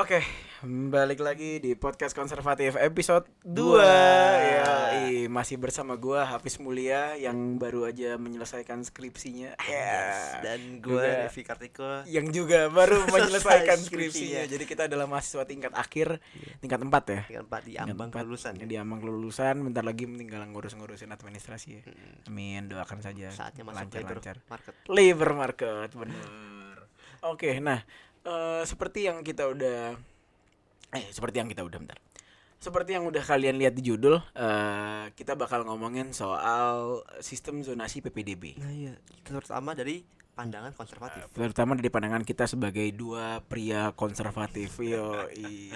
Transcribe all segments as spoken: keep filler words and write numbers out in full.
Oke, balik lagi di podcast konservatif episode dua. Ya, masih bersama gua Hafiz Mulia yang baru aja menyelesaikan skripsinya. Yes. Dan gua juga Devi Kartiko yang juga baru menyelesaikan Selesai skripsinya. skripsinya. Jadi kita adalah mahasiswa tingkat akhir, tingkat empat ya. tingkat empat di Tingkat ambang empat, kelulusan ya. Di ambang kelulusan, bentar lagi tinggal ngurus-ngurusin administrasi ya. Amin, doakan saja. Saatnya masuk labor lancar-lancar. market. Labor market, benar. Oke, nah eh, seperti yang kita udah Eh, seperti yang kita udah bentar. Seperti yang udah kalian lihat di judul, uh, kita bakal ngomongin soal sistem zonasi P P D B. Nah iya, terutama dari pandangan konservatif. Uh, terutama dari pandangan kita sebagai dua pria konservatif. Yo,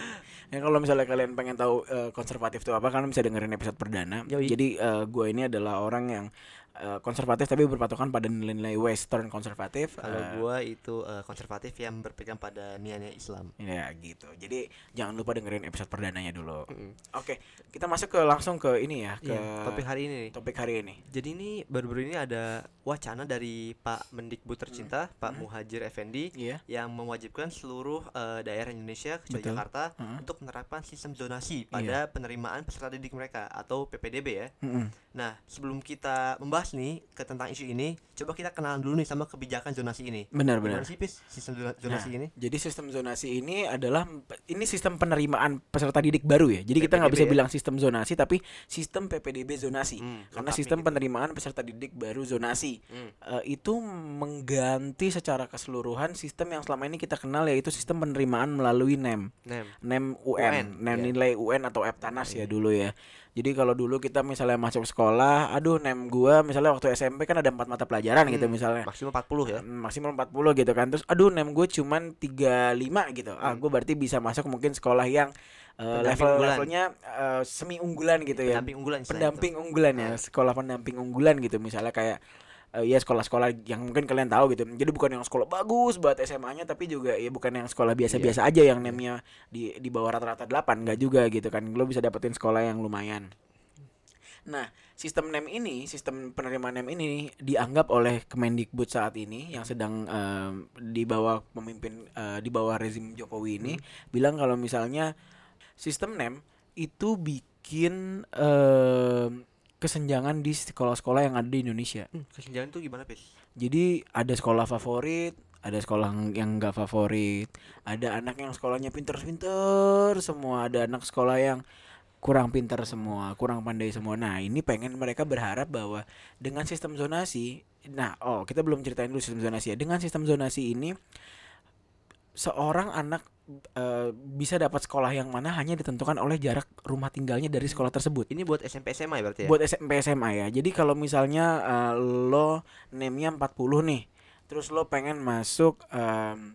ya kalau misalnya kalian pengen tahu uh, konservatif itu apa, kalian bisa dengerin episode perdana. Yoi. Jadi uh, gue ini adalah orang yang Uh, konservatif tapi berpatokan pada nilai-nilai Western konservatif. Kalau uh, gua itu uh, konservatif yang berpegang pada nilai Islam. Ya gitu. Jadi jangan lupa dengerin episode perdananya dulu. Mm-mm. Oke, kita masuk ke langsung ke ini ya, ke Iya, topik hari ini nih. topik hari ini. Jadi ini baru-baru ini ada wacana dari Pak Mendikbud tercinta, Hmm. Pak Hmm. Muhadjir Effendi, Iya. yang mewajibkan seluruh uh, daerah Indonesia kecuali Betul. Jakarta Hmm. untuk menerapkan sistem zonasi pada penerimaan peserta didik mereka atau P P D B ya. Mm-mm. Nah, sebelum kita membahas nih ke tentang isu ini, coba kita kenalan dulu nih sama kebijakan zonasi ini. Benar-benar. Gimana sih Pis sistem zona- zonasi Nah, ini? Jadi sistem zonasi ini adalah ini sistem penerimaan peserta didik baru ya. Jadi kita nggak P P D B bisa ya? bilang sistem zonasi tapi sistem P P D B zonasi. Hmm, Karena lengkapnya sistem gitu. penerimaan peserta didik baru zonasi. Hmm. Eh, itu mengganti secara keseluruhan sistem yang selama ini kita kenal, yaitu sistem penerimaan melalui N E M. Nem. N E M U N, U N, N E M iya. nilai U N atau Eptanas ya dulu ya. Jadi kalau dulu kita misalnya masuk sekolah, aduh N E M gua misalnya waktu S M P kan ada empat mata pelajaran gitu Hmm, misalnya. maksimal empat puluh ya. Hmm, maksimal empat puluh gitu kan. Terus aduh N E M gue cuman tiga puluh lima gitu. Ah, gue berarti bisa masuk mungkin sekolah yang uh, Pendamping level unggulan. levelnya uh, semi unggulan gitu ya. Pendamping unggulan istilahnya Pendamping unggulan ya, sekolah pendamping unggulan gitu misalnya kayak uh, ya sekolah-sekolah yang mungkin kalian tahu gitu. Jadi bukan yang sekolah bagus buat S M A-nya, tapi juga ya bukan yang sekolah biasa-biasa aja yang N E M-nya di di bawah rata-rata delapan, enggak juga gitu kan. Lo bisa dapetin sekolah yang lumayan. Nah, sistem N E M ini, sistem penerimaan N E M ini dianggap oleh Kemendikbud saat ini yang sedang um, di bawah pemimpin uh, di bawah rezim Jokowi ini bilang kalau misalnya sistem N E M itu bikin um, kesenjangan di sekolah-sekolah yang ada di Indonesia. Hmm, kesenjangan itu gimana Pis? Jadi ada sekolah favorit, ada sekolah yang enggak favorit, ada anak yang sekolahnya pinter-pinter semua, ada anak sekolah yang kurang pintar semua, kurang pandai semua. Nah, ini pengen mereka berharap bahwa dengan sistem zonasi, nah, oh kita belum ceritain dulu sistem zonasi ya. Dengan sistem zonasi ini, seorang anak uh, bisa dapat sekolah yang mana hanya ditentukan oleh jarak rumah tinggalnya dari sekolah tersebut. Ini buat S M P S M A ya berarti ya? Buat S M P S M A ya. Jadi kalau misalnya uh, lo N E M-nya empat puluh nih, terus lo pengen masuk um,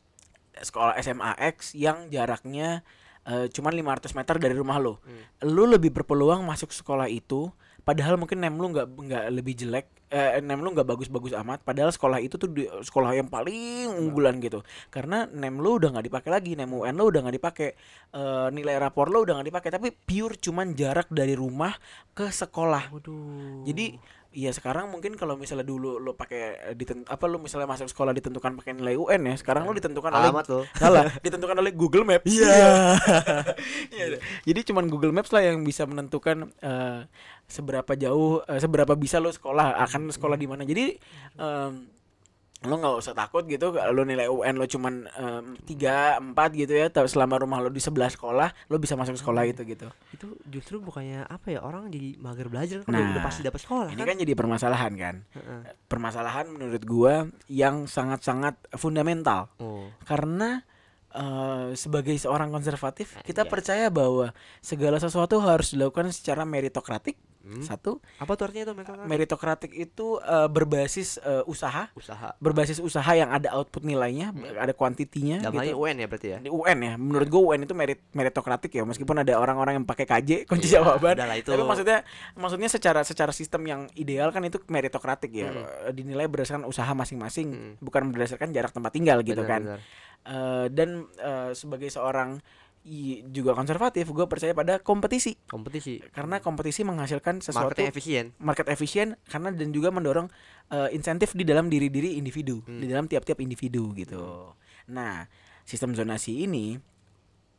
sekolah S M A X yang jaraknya Uh, cuman lima ratus meter dari rumah lo, hmm. lo lebih berpeluang masuk sekolah itu. Padahal mungkin N E M lu nggak nggak lebih jelek, eh, N E M lu nggak bagus-bagus amat. Padahal sekolah itu tuh di, sekolah yang paling unggulan gitu. Karena N E M lu udah nggak dipakai lagi, N E M U N lu udah nggak dipakai, uh, nilai rapor lu udah nggak dipakai. Tapi pure cuman jarak dari rumah ke sekolah. Waduh. Jadi iya sekarang mungkin kalau misalnya dulu lo pakai ditent apa lo misalnya masuk sekolah ditentukan pakai nilai U N ya, sekarang lo ditentukan alamat oleh lo. salah, ditentukan oleh Google Maps. Iya. Yeah. Jadi cuman Google Maps lah yang bisa menentukan uh, seberapa jauh, uh, seberapa bisa lo sekolah, akan sekolah di mana. Jadi um, lo nggak usah takut gitu lo nilai U N lo cuman tiga empat gitu ya, tapi selama rumah lo di sebelah sekolah lo bisa masuk sekolah itu gitu. Itu justru bukannya apa ya, orang jadi mager belajar kan, Nah, udah pasti dapat sekolah ini kan? kan jadi permasalahan kan. Uh-uh. Permasalahan menurut gua yang sangat-sangat fundamental. Oh. Karena uh, sebagai seorang konservatif kita Anjay. percaya bahwa segala sesuatu harus dilakukan secara meritokratik. Hmm. Satu, apa tuh artinya itu meritokratik? Meritokratik itu uh, berbasis uh, usaha, usaha, berbasis usaha yang ada output nilainya, hmm. ada kuantitinya. Dalam gitu. U N ya berarti ya? Di U N ya, menurut gue U N itu merit meritokratik ya, meskipun ada orang-orang yang pakai K J kunci iya, jawaban. Itu. Tapi maksudnya, maksudnya secara secara sistem yang ideal kan itu meritokratik ya, hmm. dinilai berdasarkan usaha masing-masing, hmm. bukan berdasarkan jarak tempat tinggal gitu benar, kan. Benar. Uh, dan uh, sebagai seorang I, juga konservatif, gue percaya pada kompetisi. Kompetisi. Karena kompetisi menghasilkan sesuatu market efisien. Market efisien karena dan juga mendorong uh, insentif di dalam diri-diri individu, hmm. di dalam tiap-tiap individu gitu. Hmm. Nah, sistem zonasi ini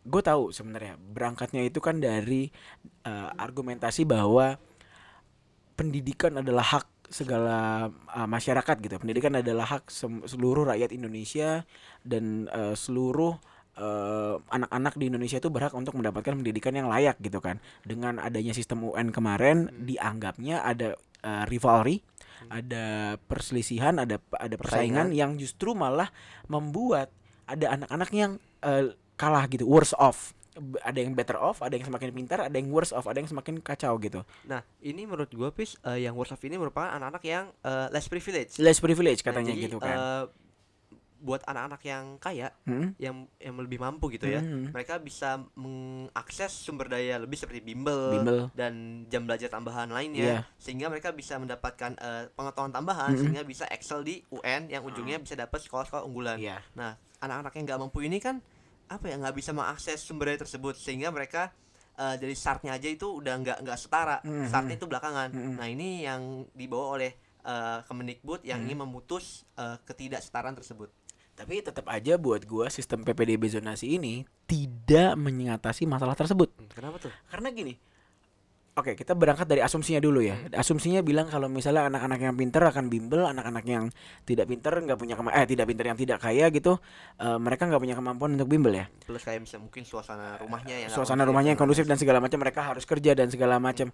gue tahu sebenarnya berangkatnya itu kan dari uh, argumentasi bahwa pendidikan adalah hak segala uh, masyarakat gitu. Pendidikan adalah hak sem- seluruh rakyat Indonesia dan uh, seluruh uh, anak-anak di Indonesia itu berhak untuk mendapatkan pendidikan yang layak gitu kan. Dengan adanya sistem U N kemarin Hmm. dianggapnya ada uh, rivalry, Hmm. ada perselisihan, ada ada Persaingan. persaingan yang justru malah membuat ada anak-anak yang uh, kalah gitu, worse off. B- Ada yang better off, ada yang semakin pintar, ada yang worse off, ada yang semakin kacau gitu. Nah, ini menurut gua Pis, eh, yang worst of ini merupakan anak-anak yang eh, less privilege. Less privilege Nah, katanya jadi gitu kan. eh, buat anak-anak yang kaya, Hmm? yang yang lebih mampu gitu ya, Hmm. mereka bisa mengakses sumber daya lebih seperti bimbel, Bimbel. dan jam belajar tambahan Iya. lainnya, sehingga mereka bisa mendapatkan eh, pengetahuan tambahan, Mm-mm. sehingga bisa excel di U N yang ujungnya bisa dapat sekolah-sekolah unggulan. Iya. Nah, anak-anak yang nggak mampu ini kan apa ya, nggak bisa mengakses sumber daya tersebut, sehingga mereka eh, dari startnya aja itu udah nggak nggak setara, Mhm. startnya itu belakangan. Mhm. Nah, ini yang dibawa oleh eh, Kemendikbud yang Mhm. ingin memutus eh, ketidaksetaraan tersebut. Tapi tetap aja buat gua sistem P P D B zonasi ini tidak mengatasi masalah tersebut. Hmm, Kenapa tuh? Karena gini, oke kita berangkat dari asumsinya dulu ya. Hmm. Asumsinya bilang kalau misalnya anak-anak yang pintar akan bimbel, anak-anak yang tidak pintar nggak punya kema eh tidak pintar yang tidak kaya gitu, eh, mereka nggak punya kemampuan untuk bimbel ya. Plus kayak bisa mungkin suasana rumahnya yang nggak Suasana kondusif rumahnya yang dan kondusif lain-lain. dan segala macam, mereka harus kerja dan segala macam.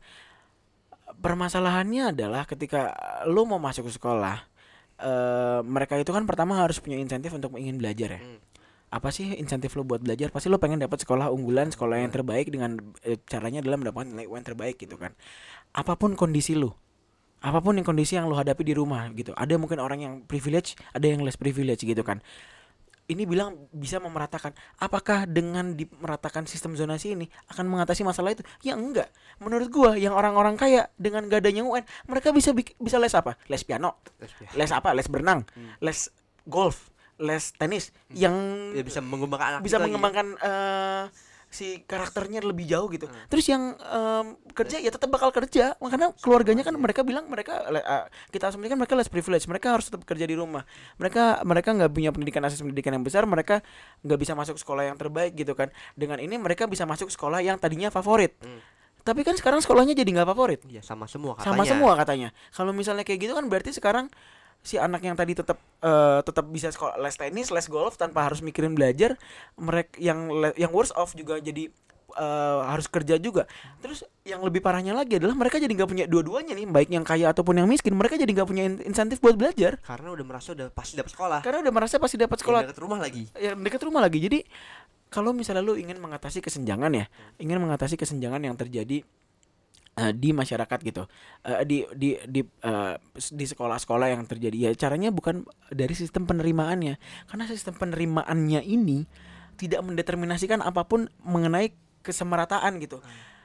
Permasalahannya adalah ketika lu mau masuk ke sekolah, eh, mereka itu kan pertama harus punya insentif untuk ingin belajar ya. Hmm. Apa sih insentif lo buat belajar? Pasti lo pengen dapat sekolah unggulan, sekolah yang Unggulan. terbaik dengan eh, caranya adalah mendapatkan nilai U N terbaik gitu kan. Apapun kondisi lo, apapun yang kondisi yang lo hadapi di rumah gitu. Ada mungkin orang yang privilege, ada yang less privilege gitu kan. Ini bilang bisa memeratakan. Apakah dengan dimeratakan sistem zonasi ini akan mengatasi masalah itu? Ya enggak. Menurut gua yang orang-orang kaya dengan gak adanya U N, mereka bisa bik- bisa les apa? Les piano, Terus ya, les apa? Les berenang, Hmm. les golf, les tenis yang dia bisa mengembangkan anak bisa itu lagi. mengembangkan eh, si karakternya lebih jauh gitu. Hmm. Terus yang em, kerja ya tetap bakal kerja, karena keluarganya kan aja. mereka bilang mereka le- eh, kita asumsikan mereka less privilege, mereka harus tetap kerja di rumah. Mereka mereka nggak punya pendidikan akses pendidikan yang besar, mereka nggak bisa masuk sekolah yang terbaik gitu kan. Dengan ini mereka bisa masuk sekolah yang tadinya favorit. Hmm. Tapi kan sekarang sekolahnya jadi nggak favorit. Iya, sama semua katanya. Sama semua katanya. Kalau misalnya kayak gitu kan berarti sekarang si anak yang tadi tetap eh, tetap bisa sekolah les tenis, les golf tanpa harus mikirin belajar, mereka yang le- yang worse off juga jadi eh, harus kerja juga. Terus yang lebih parahnya lagi adalah mereka jadi nggak punya dua-duanya nih, baik yang kaya ataupun yang miskin, mereka jadi nggak punya in- insentif buat belajar Karena udah merasa udah pasti dapat sekolah. karena udah merasa pasti dapat Sekolah sekolah dekat rumah lagi. yang dekat rumah lagi. Jadi kalau misalnya lu ingin mengatasi kesenjangan ya, ingin mengatasi kesenjangan yang terjadi eh, di masyarakat gitu, Eh, di di di eh, di sekolah-sekolah yang terjadi, ya caranya bukan dari sistem penerimaannya, karena sistem penerimaannya ini tidak mendeterminasikan apapun mengenai kesemerataan gitu.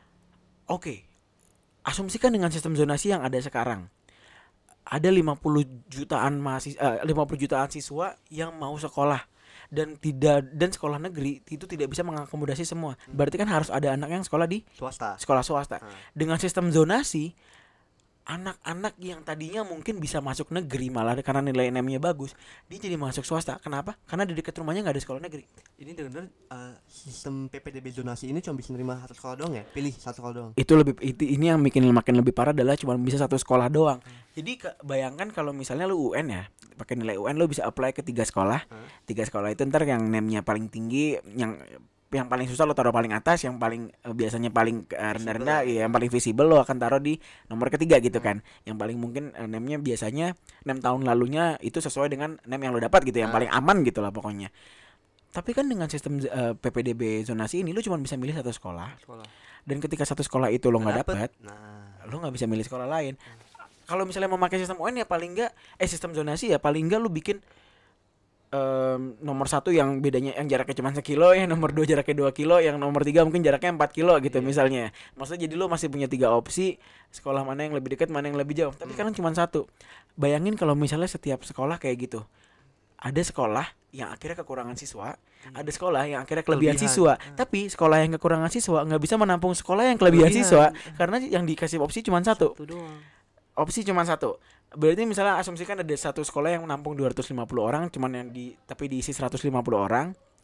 Oke, asumsikan dengan sistem zonasi yang ada sekarang, ada lima puluh jutaan mahasiswa, lima puluh jutaan siswa yang mau sekolah dan tidak dan sekolah negeri itu tidak bisa mengakomodasi semua. Berarti kan harus ada anak yang sekolah di Swasta. sekolah swasta. Hmm. Dengan sistem zonasi, anak-anak yang tadinya mungkin bisa masuk negeri malah karena nilai N M-nya bagus, dia jadi masuk swasta. Kenapa? Karena di dekat rumahnya nggak ada sekolah negeri. Ini benar-benar eh, sistem P P D B zonasi ini cuma bisa nerima satu sekolah doang ya? Pilih satu sekolah doang. Itu lebih itu, ini yang bikin makin lebih parah adalah cuma bisa satu sekolah doang. Jadi ke, bayangkan kalau misalnya lu U N ya, pakai nilai U N lu bisa apply ke tiga sekolah. Hmm. Tiga sekolah itu ntar yang N M-nya paling tinggi, yang yang paling susah lo taruh paling atas, yang paling eh, biasanya paling eh, rendah-rendah, Visible. ya, yang paling visible lo akan taruh di nomor ketiga gitu kan. Yang paling mungkin eh, N M-nya biasanya N M tahun lalunya itu sesuai dengan N M yang lo dapat gitu, yang Ah. paling aman gitu lah pokoknya. Tapi kan dengan sistem eh, P P D B zonasi ini lo cuma bisa milih satu sekolah, Sekolah. dan ketika satu sekolah itu lo nggak dapat, Nah, lo nggak bisa milih sekolah lain. Kalau misalnya mau pakai sistem U N ya paling nggak eh sistem zonasi ya paling nggak lo bikin em, nomor satu yang bedanya yang jaraknya cuma sekilo, ya nomor dua jaraknya dua kilo, yang nomor tiga mungkin jaraknya empat kilo gitu Iya. misalnya. Maksudnya jadi lo masih punya tiga opsi sekolah mana yang lebih dekat, mana yang lebih jauh. Tapi Hmm. sekarang cuma satu. Bayangin kalau misalnya setiap sekolah kayak gitu. Ada sekolah yang akhirnya kekurangan siswa, ada sekolah yang akhirnya kelebihan, Kelebihan. siswa. Tapi sekolah yang kekurangan siswa nggak bisa menampung sekolah yang kelebihan, Kelebihan. siswa karena yang dikasih opsi cuma satu. itu doang. Opsi cuma satu. Berarti misalnya asumsikan ada satu sekolah yang menampung dua ratus lima puluh orang, cuman yang di tapi diisi seratus lima puluh orang.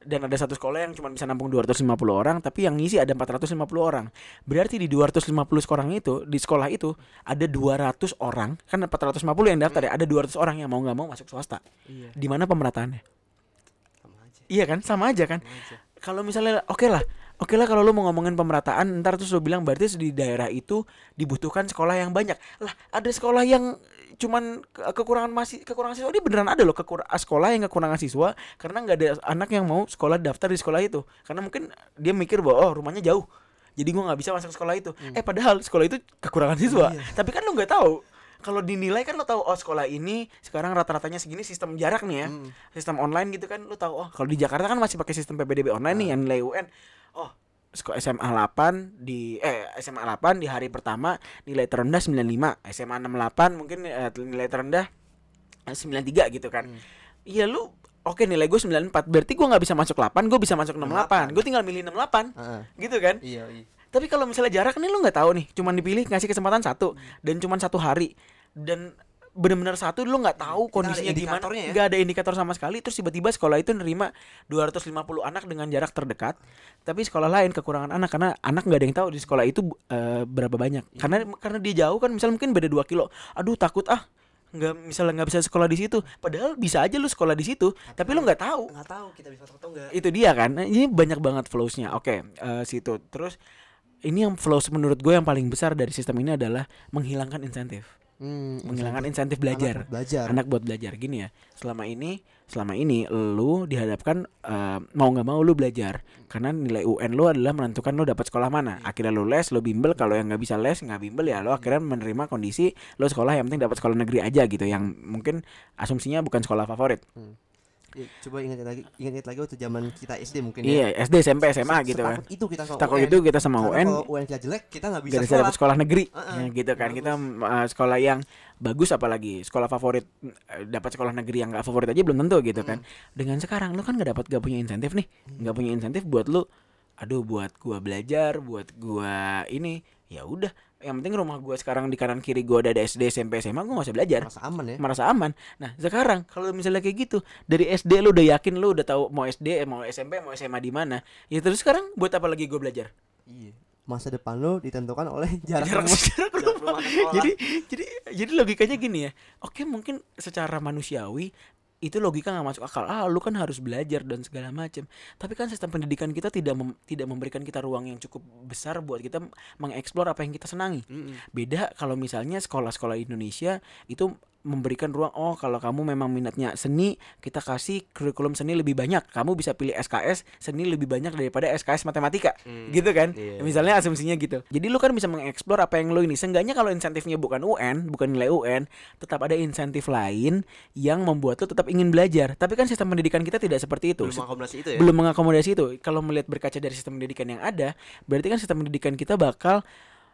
dan ada satu sekolah yang cuma bisa nampung dua ratus lima puluh orang tapi yang ngisi ada empat ratus lima puluh orang. Berarti di dua ratus lima puluh orang itu di sekolah itu ada dua ratus orang, kan empat ratus lima puluh yang daftar ya, ada dua ratus orang yang mau nggak mau masuk swasta. Iya. Di mana pemerataannya? Sama aja. Iya kan, sama aja kan. Sama aja. Kalau misalnya oke lah, oke lah kalau lu mau ngomongin pemerataan, ntar terus lu bilang berarti di daerah itu dibutuhkan sekolah yang banyak. Lah, ada sekolah yang cuman ke- kekurangan masih kekurangan siswa, dia beneran ada loh kekur- sekolah yang kekurangan siswa karena nggak ada anak yang mau sekolah daftar di sekolah itu. Karena mungkin dia mikir bahwa oh rumahnya jauh, jadi gua nggak bisa masuk sekolah itu. Eh padahal sekolah itu kekurangan siswa. Tapi kan lu nggak tahu. Kalau dinilai kan lo tahu oh sekolah ini sekarang rata-ratanya segini, sistem jarak nih ya, Hmm. sistem online gitu kan lo tahu. Oh kalau di Jakarta kan masih pakai sistem P P D B online nih yang nilai U N. Oh sekolah S M A delapan di eh S M A delapan di hari pertama nilai terendah sembilan puluh lima, S M A enam puluh delapan mungkin eh, nilai terendah eh, sembilan puluh tiga gitu kan. Iya lu oke nilai gue sembilan puluh empat, berarti gue nggak bisa masuk delapan, gue bisa masuk enam puluh delapan, gue tinggal milih enam puluh delapan Heeh. gitu kan. Iya, iya. Tapi kalau misalnya jarak nih lu nggak tahu nih, cuman dipilih ngasih kesempatan satu dan cuman satu hari dan benar-benar satu lu nggak tahu Kita kondisinya ada gimana, indikatornya ya? nggak ada indikator sama sekali. Terus tiba-tiba sekolah itu nerima dua ratus lima puluh anak dengan jarak terdekat, tapi sekolah lain kekurangan anak karena anak nggak ada yang tahu di sekolah itu eh, berapa banyak. Karena karena dia jauh kan, misalnya mungkin beda dua kilo. Aduh takut ah nggak misalnya nggak bisa sekolah di situ. Padahal bisa aja lu sekolah di situ, tapi lu nggak tahu. Nggak tahu kita bisa atau enggak. Itu dia kan. Nah, ini banyak banget flows-nya. Oke, eh, situ. Terus ini yang flows menurut gue yang paling besar dari sistem ini adalah menghilangkan insentif. Hmm, Menghilangkan insentif belajar. Anak belajar. Anak buat belajar gini ya. Selama ini, selama ini lu dihadapkan eh, mau nggak mau lu belajar karena nilai U N lu adalah menentukan lu dapat sekolah mana. Akhirnya lu les, lu bimbel. Kalau yang nggak bisa les, nggak bimbel ya lu akhirnya menerima kondisi lu sekolah yang penting dapat sekolah negeri aja gitu. Yang mungkin asumsinya bukan sekolah favorit. Ya, coba ingat lagi, ingat lagi waktu zaman kita S D mungkin Iya, ya. S D, S M P, S M A gitu kan. Setakut itu kita sama Takut U N. itu kita sama U Karena N kalau U N kita jelek, kita nggak bisa gak bisa sekolah. dapat sekolah negeri. Uh-uh. Ya, gitu kan. Bagus. Kita uh, sekolah yang bagus apalagi sekolah favorit, uh, dapat sekolah negeri yang gak favorit aja belum tentu gitu kan. Dengan sekarang lu kan gak dapat gak punya insentif nih. Gak punya insentif buat lu aduh buat gua belajar, buat gua ini. Ya udah, yang penting rumah gua sekarang di kanan kiri gua ada S D, S M P, S M A, gua gak usah belajar. Merasa aman ya. Merasa aman. Nah sekarang kalau misalnya kayak gitu dari S D lu udah yakin lu udah tahu mau S D, mau S M P, mau S M A di mana. Ya terus sekarang buat apa lagi gua belajar? Iya. Masa depan lo ditentukan oleh jarak, Jarak rumah. jarak Jarak rumah. rumah ke sekolah. jadi jadi jadi logikanya gini ya. Oke mungkin secara manusiawi itu logika nggak masuk akal. Ah lu kan harus belajar dan segala macam. Tapi kan sistem pendidikan kita tidak mem- tidak memberikan kita ruang yang cukup besar buat kita mengeksplor apa yang kita senangi. Mm-mm. Beda kalau misalnya sekolah-sekolah Indonesia itu memberikan ruang, oh kalau kamu memang minatnya seni, kita kasih kurikulum seni lebih banyak, kamu bisa pilih S K S seni lebih banyak daripada S K S matematika. Hmm, Gitu kan. iya. Misalnya asumsinya gitu. Jadi lu kan bisa mengeksplor apa yang lu ini. Seenggaknya kalau insentifnya bukan U N, bukan nilai U N, tetap ada insentif lain yang membuat lu tetap ingin belajar. Tapi kan sistem pendidikan kita tidak seperti itu. Belum mengakomodasi itu ya. Belum mengakomodasi itu. Kalau melihat berkaca dari sistem pendidikan yang ada, berarti kan sistem pendidikan kita bakal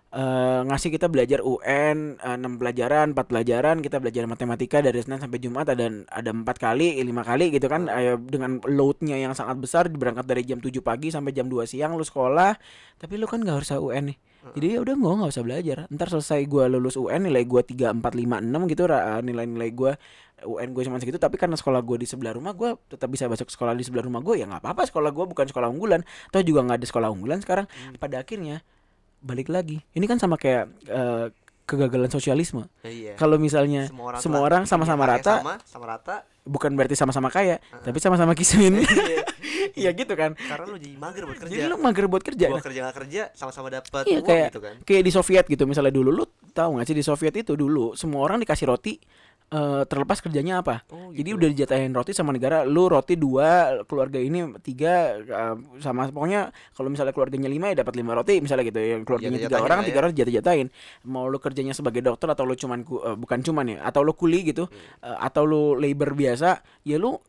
eh, ngasih kita belajar U N eh, enam pelajaran, empat pelajaran, kita belajar matematika dari Senin sampai Jumat ada ada empat kali, lima kali gitu kan, eh, dengan loadnya yang sangat besar, berangkat dari jam tujuh pagi sampai jam dua siang lu sekolah, tapi lu kan nggak harus U N nih. Jadi ya udah gua nggak usah belajar. Ntar selesai gua lulus U N nilai gua tiga, empat, lima, enam gitu, ra- nilai-nilai gua U N gue cuma segitu, tapi karena sekolah gue di sebelah rumah, gue tetap bisa masuk sekolah di sebelah rumah gue, ya nggak apa-apa, sekolah gue bukan sekolah unggulan, toh juga nggak ada sekolah unggulan sekarang. Pada akhirnya balik lagi, ini kan sama kayak eh, kegagalan sosialisme. Ya, iya. Kalau misalnya semua orang, semua telah orang punya sama-sama hak yang rata, sama, sama rata. bukan berarti sama-sama kaya, tapi sama-sama kismin. Iya. Iya gitu kan. Karena lu jadi mager buat kerja. Jadi lu mager buat kerja. Gua Nah, kerja nggak kerja sama-sama dapat iya, uang kayak gitu kan. kayak di Soviet gitu, misalnya dulu lu tahu nggak sih di Soviet itu dulu semua orang dikasih roti eh, terlepas kerjanya apa. Oh, Jadi gitu. udah dijatahin roti sama negara, lu roti dua, keluarga ini tiga, eh, sama pokoknya kalau misalnya keluarganya lima ya dapat lima roti misalnya gitu. Yang keluarganya tiga Jatah-jatahin orang, lah tiga ya. orang jatah-jatahin. Mau lu kerjanya sebagai dokter atau lu cuman ku- eh, bukan cuman ya, atau lu kuli gitu, eh, atau lu labor biasa, ya lu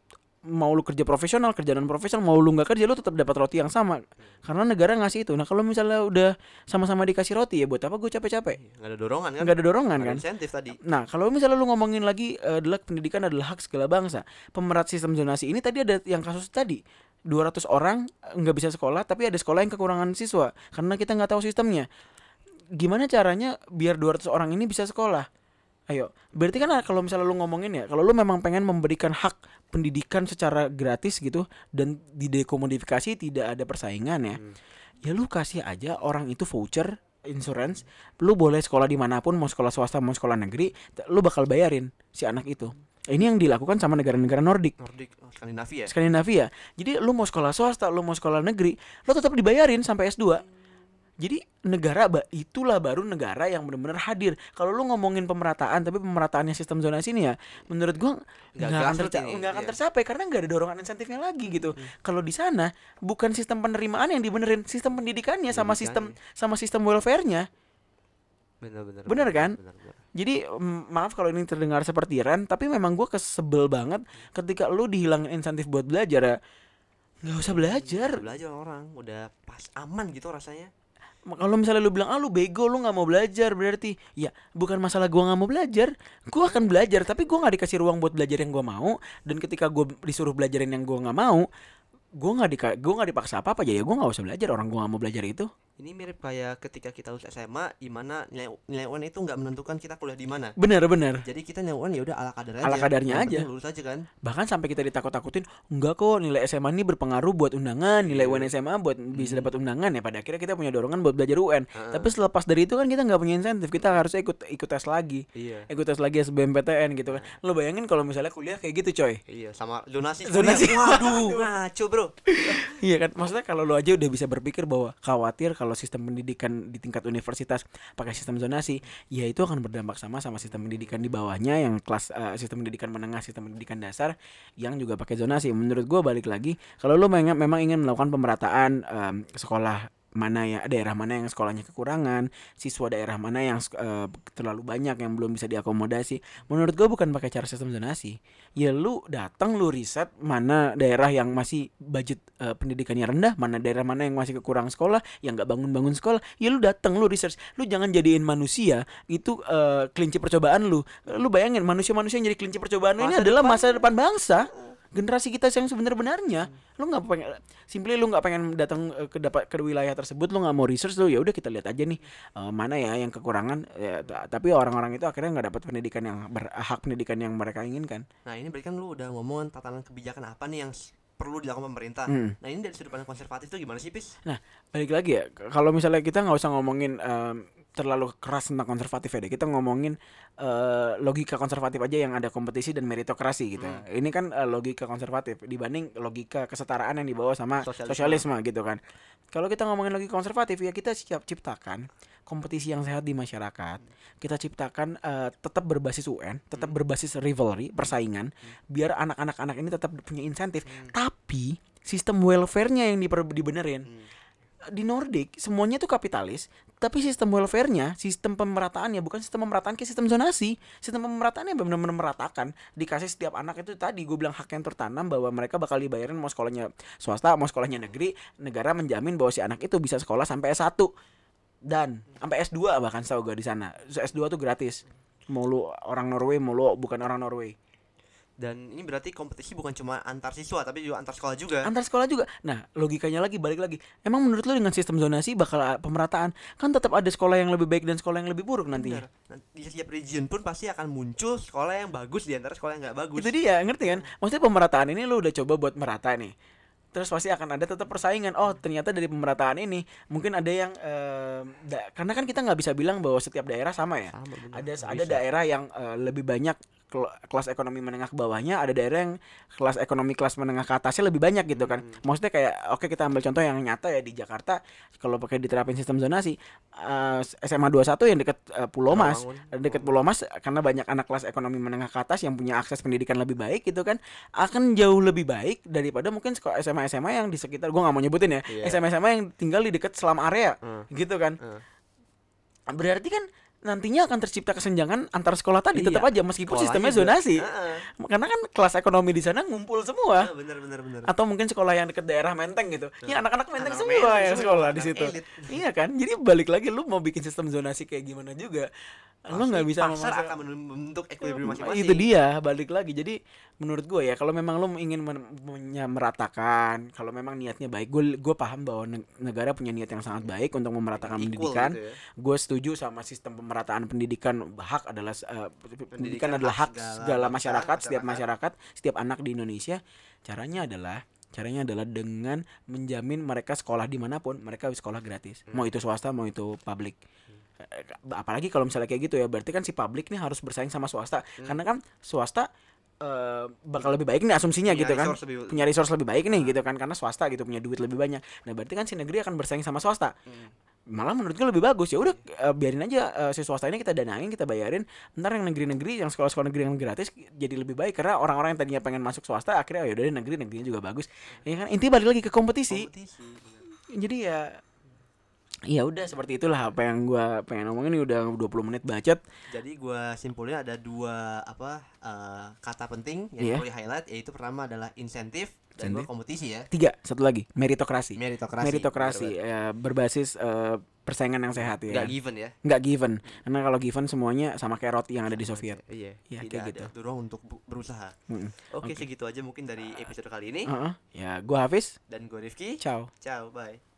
mau lu kerja profesional, kerja non profesional, mau lu nggak kerja lu tetap dapat roti yang sama karena negara ngasih itu. Nah kalau misalnya udah sama-sama dikasih roti, ya buat apa gue capek-capek? Nggak ada dorongan kan? Nggak ada dorongan Nggak ada kan? insentif tadi. Nah kalau misalnya lu ngomongin lagi eh, adalah pendidikan adalah hak segala bangsa, pemerat sistem zonasi ini tadi ada yang kasus tadi dua ratus orang eh, nggak bisa sekolah, tapi ada sekolah yang kekurangan siswa karena kita nggak tahu sistemnya. Gimana caranya biar dua ratus orang ini bisa sekolah? Ayo, berarti kan kalau misalnya lu ngomongin ya, kalau lu memang pengen memberikan hak pendidikan secara gratis gitu dan didekomodifikasi tidak ada persaingan ya, Hmm. ya lu kasih aja orang itu voucher insurance, lu boleh sekolah dimanapun, mau sekolah swasta mau sekolah negeri, t- lu bakal bayarin si anak itu. Ini yang dilakukan sama negara-negara Nordik, Nordik, oh, Skandinavia. Skandinavia. Jadi lu mau sekolah swasta, lu mau sekolah negeri, lu tetap dibayarin sampai S dua. Jadi negara ba- itulah baru negara yang benar-benar hadir. Kalau lu ngomongin pemerataan tapi pemerataannya sistem zonasi ini ya, menurut gua Nggak nggak akan grassroots terca- ini, nggak akan iya. tercapai karena nggak ada dorongan insentifnya lagi gitu. Kalau di sana bukan sistem penerimaan yang dibenerin, sistem pendidikannya sama sistem Pendidikannya. sama sistem welfare-nya. Benar-benar. Bener kan? Benar-benar. Jadi mm, maaf kalau ini terdengar seperti rant, tapi memang gua kesebel banget ketika lu dihilangin insentif buat belajar ya. Nggak usah belajar. Belajar orang udah pas aman gitu rasanya. Kalau misalnya lu bilang ah lu bego lu nggak mau belajar berarti ya bukan masalah gua nggak mau belajar, gua akan belajar tapi gua nggak dikasih ruang buat belajar yang gua mau, dan ketika gua disuruh belajarin yang gua nggak mau, gua nggak dika gua nggak dipaksa apa apa, jadi ya gua nggak usah belajar, orang gua nggak mau belajar itu. Ini mirip kayak ketika kita lulus S M A, di mana nilai nilai U N itu nggak menentukan kita kuliah di mana. Bener-bener. Jadi kita nilai U N ya udah ala kadar aja. Ala kadarnya Yang aja. penting lulus aja kan. Bahkan sampai kita ditakut-takutin, enggak kok nilai S M A ini berpengaruh buat undangan, nilai U N S M A buat bisa dapat undangan ya. Pada akhirnya kita punya dorongan buat belajar U N. Heeh. Tapi selepas dari itu kan kita nggak punya insentif, kita harus ikut ikut tes lagi, Iya. ikut tes lagi S B M P T N gitu kan. Lo bayangin kalau misalnya kuliah kayak gitu coy. Iya, sama zonasi. Zonasi. Waduh, ngaco, Bro. Iya kan, maksudnya kalau lo aja udah bisa berpikir bahwa khawatir kalau sistem pendidikan di tingkat universitas pakai sistem zonasi, ya itu akan berdampak sama sama sistem pendidikan di bawahnya yang kelas eh, sistem pendidikan menengah, sistem pendidikan dasar yang juga pakai zonasi. Menurut gua balik lagi, kalau lo memang memang ingin melakukan pemerataan em, sekolah mana ya, daerah mana yang sekolahnya kekurangan, siswa daerah mana yang eh, terlalu banyak yang belum bisa diakomodasi, menurut gua bukan pakai cara sistem zonasi. Ya lu datang lu riset mana daerah yang masih budget eh, pendidikannya rendah, mana daerah mana yang masih kekurangan sekolah, yang nggak bangun-bangun sekolah. Ya lu datang lu research, lu jangan jadiin manusia itu eh, kelinci percobaan lu. Lu bayangin manusia-manusia yang jadi kelinci percobaan lu ini Masa adalah depan. masa depan bangsa. Generasi kita yang sebenar-benarnya. Lu nggak pengen, simply lu nggak pengen datang eh, ke dapat ke wilayah tersebut, lu nggak mau research, lu ya udah kita lihat aja nih eh, mana ya yang kekurangan ya, t- tapi orang-orang itu akhirnya nggak dapat pendidikan yang berhak, pendidikan yang mereka inginkan. Nah, ini berarti kan lu udah ngomongin tatanan kebijakan apa nih yang s- perlu dilakukan pemerintah. Hmm. Nah, ini dari sudut pandang konservatif tuh gimana sih, Pis? Nah, balik lagi ya, k- kalau misalnya kita nggak usah ngomongin em, terlalu keras tentang konservatif ya deh. Kita ngomongin eh, logika konservatif aja yang ada kompetisi dan meritokrasi gitu. Hmm. Ini kan eh, logika konservatif dibanding logika kesetaraan yang dibawa sama Sosialisme. sosialisme gitu kan. Kalau kita ngomongin logika konservatif ya kita siap ciptakan kompetisi yang sehat di masyarakat. Kita ciptakan eh, tetap berbasis U N, tetap berbasis rivalry, persaingan, biar anak-anak anak ini tetap punya insentif. Tapi sistem welfare-nya yang diper- dibenerin. Di Nordik semuanya tuh kapitalis, tapi sistem welfare-nya, sistem pemerataannya bukan sistem pemerataan kayak sistem zonasi. Sistem pemerataannya benar-benar meratakan, dikasih setiap anak itu tadi gue bilang hak yang tertanam bahwa mereka bakal dibayarin mau sekolahnya swasta, mau sekolahnya negeri, negara menjamin bahwa si anak itu bisa sekolah sampai S satu dan sampai S dua bahkan setahu gue di sana. S dua tuh gratis. Mau lu orang Norway, mau lu bukan orang Norway. Dan ini berarti kompetisi bukan cuma antar siswa tapi juga antar sekolah juga. Antar sekolah juga. Nah, logikanya lagi balik lagi. Emang menurut lu dengan sistem zonasi bakal uh, pemerataan kan tetap ada sekolah yang lebih baik dan sekolah yang lebih buruk nantinya. Benar. Nah, di setiap region pun pasti akan muncul sekolah yang bagus di antara sekolah yang nggak bagus. Itu dia, ngerti kan? Maksudnya pemerataan ini lu udah coba buat merata nih. Terus pasti akan ada tetap persaingan. Oh, ternyata dari pemerataan ini mungkin ada yang eh, da- karena kan kita nggak bisa bilang bahwa setiap daerah sama ya. Sama, benar. Ada Nggak ada bisa. daerah yang eh, lebih banyak kel- kelas ekonomi menengah ke bawahnya, ada daerah yang kelas ekonomi kelas menengah ke atasnya lebih banyak gitu kan. Maksudnya kayak oke kita ambil contoh yang nyata ya di Jakarta kalau pakai diterapin sistem zonasi eh, S M A dua puluh satu yang dekat eh, Pulau Mas, Rawangun. dekat Pulau Mas karena banyak anak kelas ekonomi menengah ke atas yang punya akses pendidikan lebih baik gitu kan, akan jauh lebih baik daripada mungkin sekolah S M A S M A yang di sekitar gue nggak mau nyebutin ya, Iya. S M A S M A yang tinggal di dekat selam area Hmm. gitu kan. Hmm. Berarti kan nantinya akan tercipta kesenjangan antar sekolah tadi Iya. tetap aja meskipun Sekolahnya sistemnya juga. zonasi. Heeh. Karena kan kelas ekonomi di sana ngumpul semua. Ah, benar benar benar. Atau mungkin sekolah yang dekat daerah Menteng gitu. Ya anak-anak Menteng Anak semua Menteng yang semua, sekolah di anak situ. elit. Iya kan? Jadi balik lagi lu mau bikin sistem zonasi kayak gimana juga. Lu nggak bisa pasar memaksa- akan membentuk equilibrium masing-masing. itu dia, balik lagi. Jadi menurut gue ya kalau memang lu ingin men- menyameratakan, kalau memang niatnya baik, gue gue paham bahwa neg- negara punya niat yang sangat baik untuk memeratakan Equal pendidikan. gitu ya. Gue setuju sama sistem pemerataan pendidikan hak adalah uh, pendidikan adalah hak segala segala bangsa, masyarakat, setiap masyarakat. masyarakat, setiap anak di Indonesia. Caranya adalah caranya adalah dengan menjamin mereka sekolah dimanapun mereka sekolah gratis, Hmm. mau itu swasta mau itu publik. Eh, apalagi kalau misalnya kayak gitu ya, berarti kan si publik nih harus bersaing sama swasta, Hmm. karena kan swasta eh, bakal lebih baik nih asumsinya Punya gitu kan, resource lebih- punya resource lebih baik nih Ah. gitu kan, karena swasta gitu punya duit lebih banyak. Nah berarti kan si negeri akan bersaing sama swasta. Hmm. Malah menurut gue lebih bagus, ya udah eh, biarin aja eh, si swasta ini kita danain, kita bayarin, ntar yang negeri-negeri, yang sekolah-sekolah negeri yang gratis jadi lebih baik, karena orang-orang yang tadinya pengen masuk swasta akhirnya ya udah deh, negeri negerinya juga bagus ya kan. Intinya balik lagi ke kompetisi. Kompetisi, bener. Jadi ya ya udah seperti itulah apa yang gua pengen ngomongin. Ini udah dua puluh menit bacot. Jadi gua simpulnya ada dua apa eh, kata penting yang Iya. perlu di highlight, yaitu pertama adalah insentif dan dua Insentif. kompetisi ya. Tiga, satu lagi meritokrasi. Meritokrasi. Meritokrasi ya, berbasis eh, persaingan yang sehat ya. Enggak given ya. Nggak given. Karena kalau given semuanya sama kayak roti yang ada di Soviet. Iya. Ya, Tidak kayak ada gitu. waktu ruang untuk bu- berusaha. Mm-mm. Oke, Oke. segitu aja mungkin dari episode kali ini. Heeh. Ya, gua Hafiz. Dan gue Rifki. Ciao. Ciao, bye.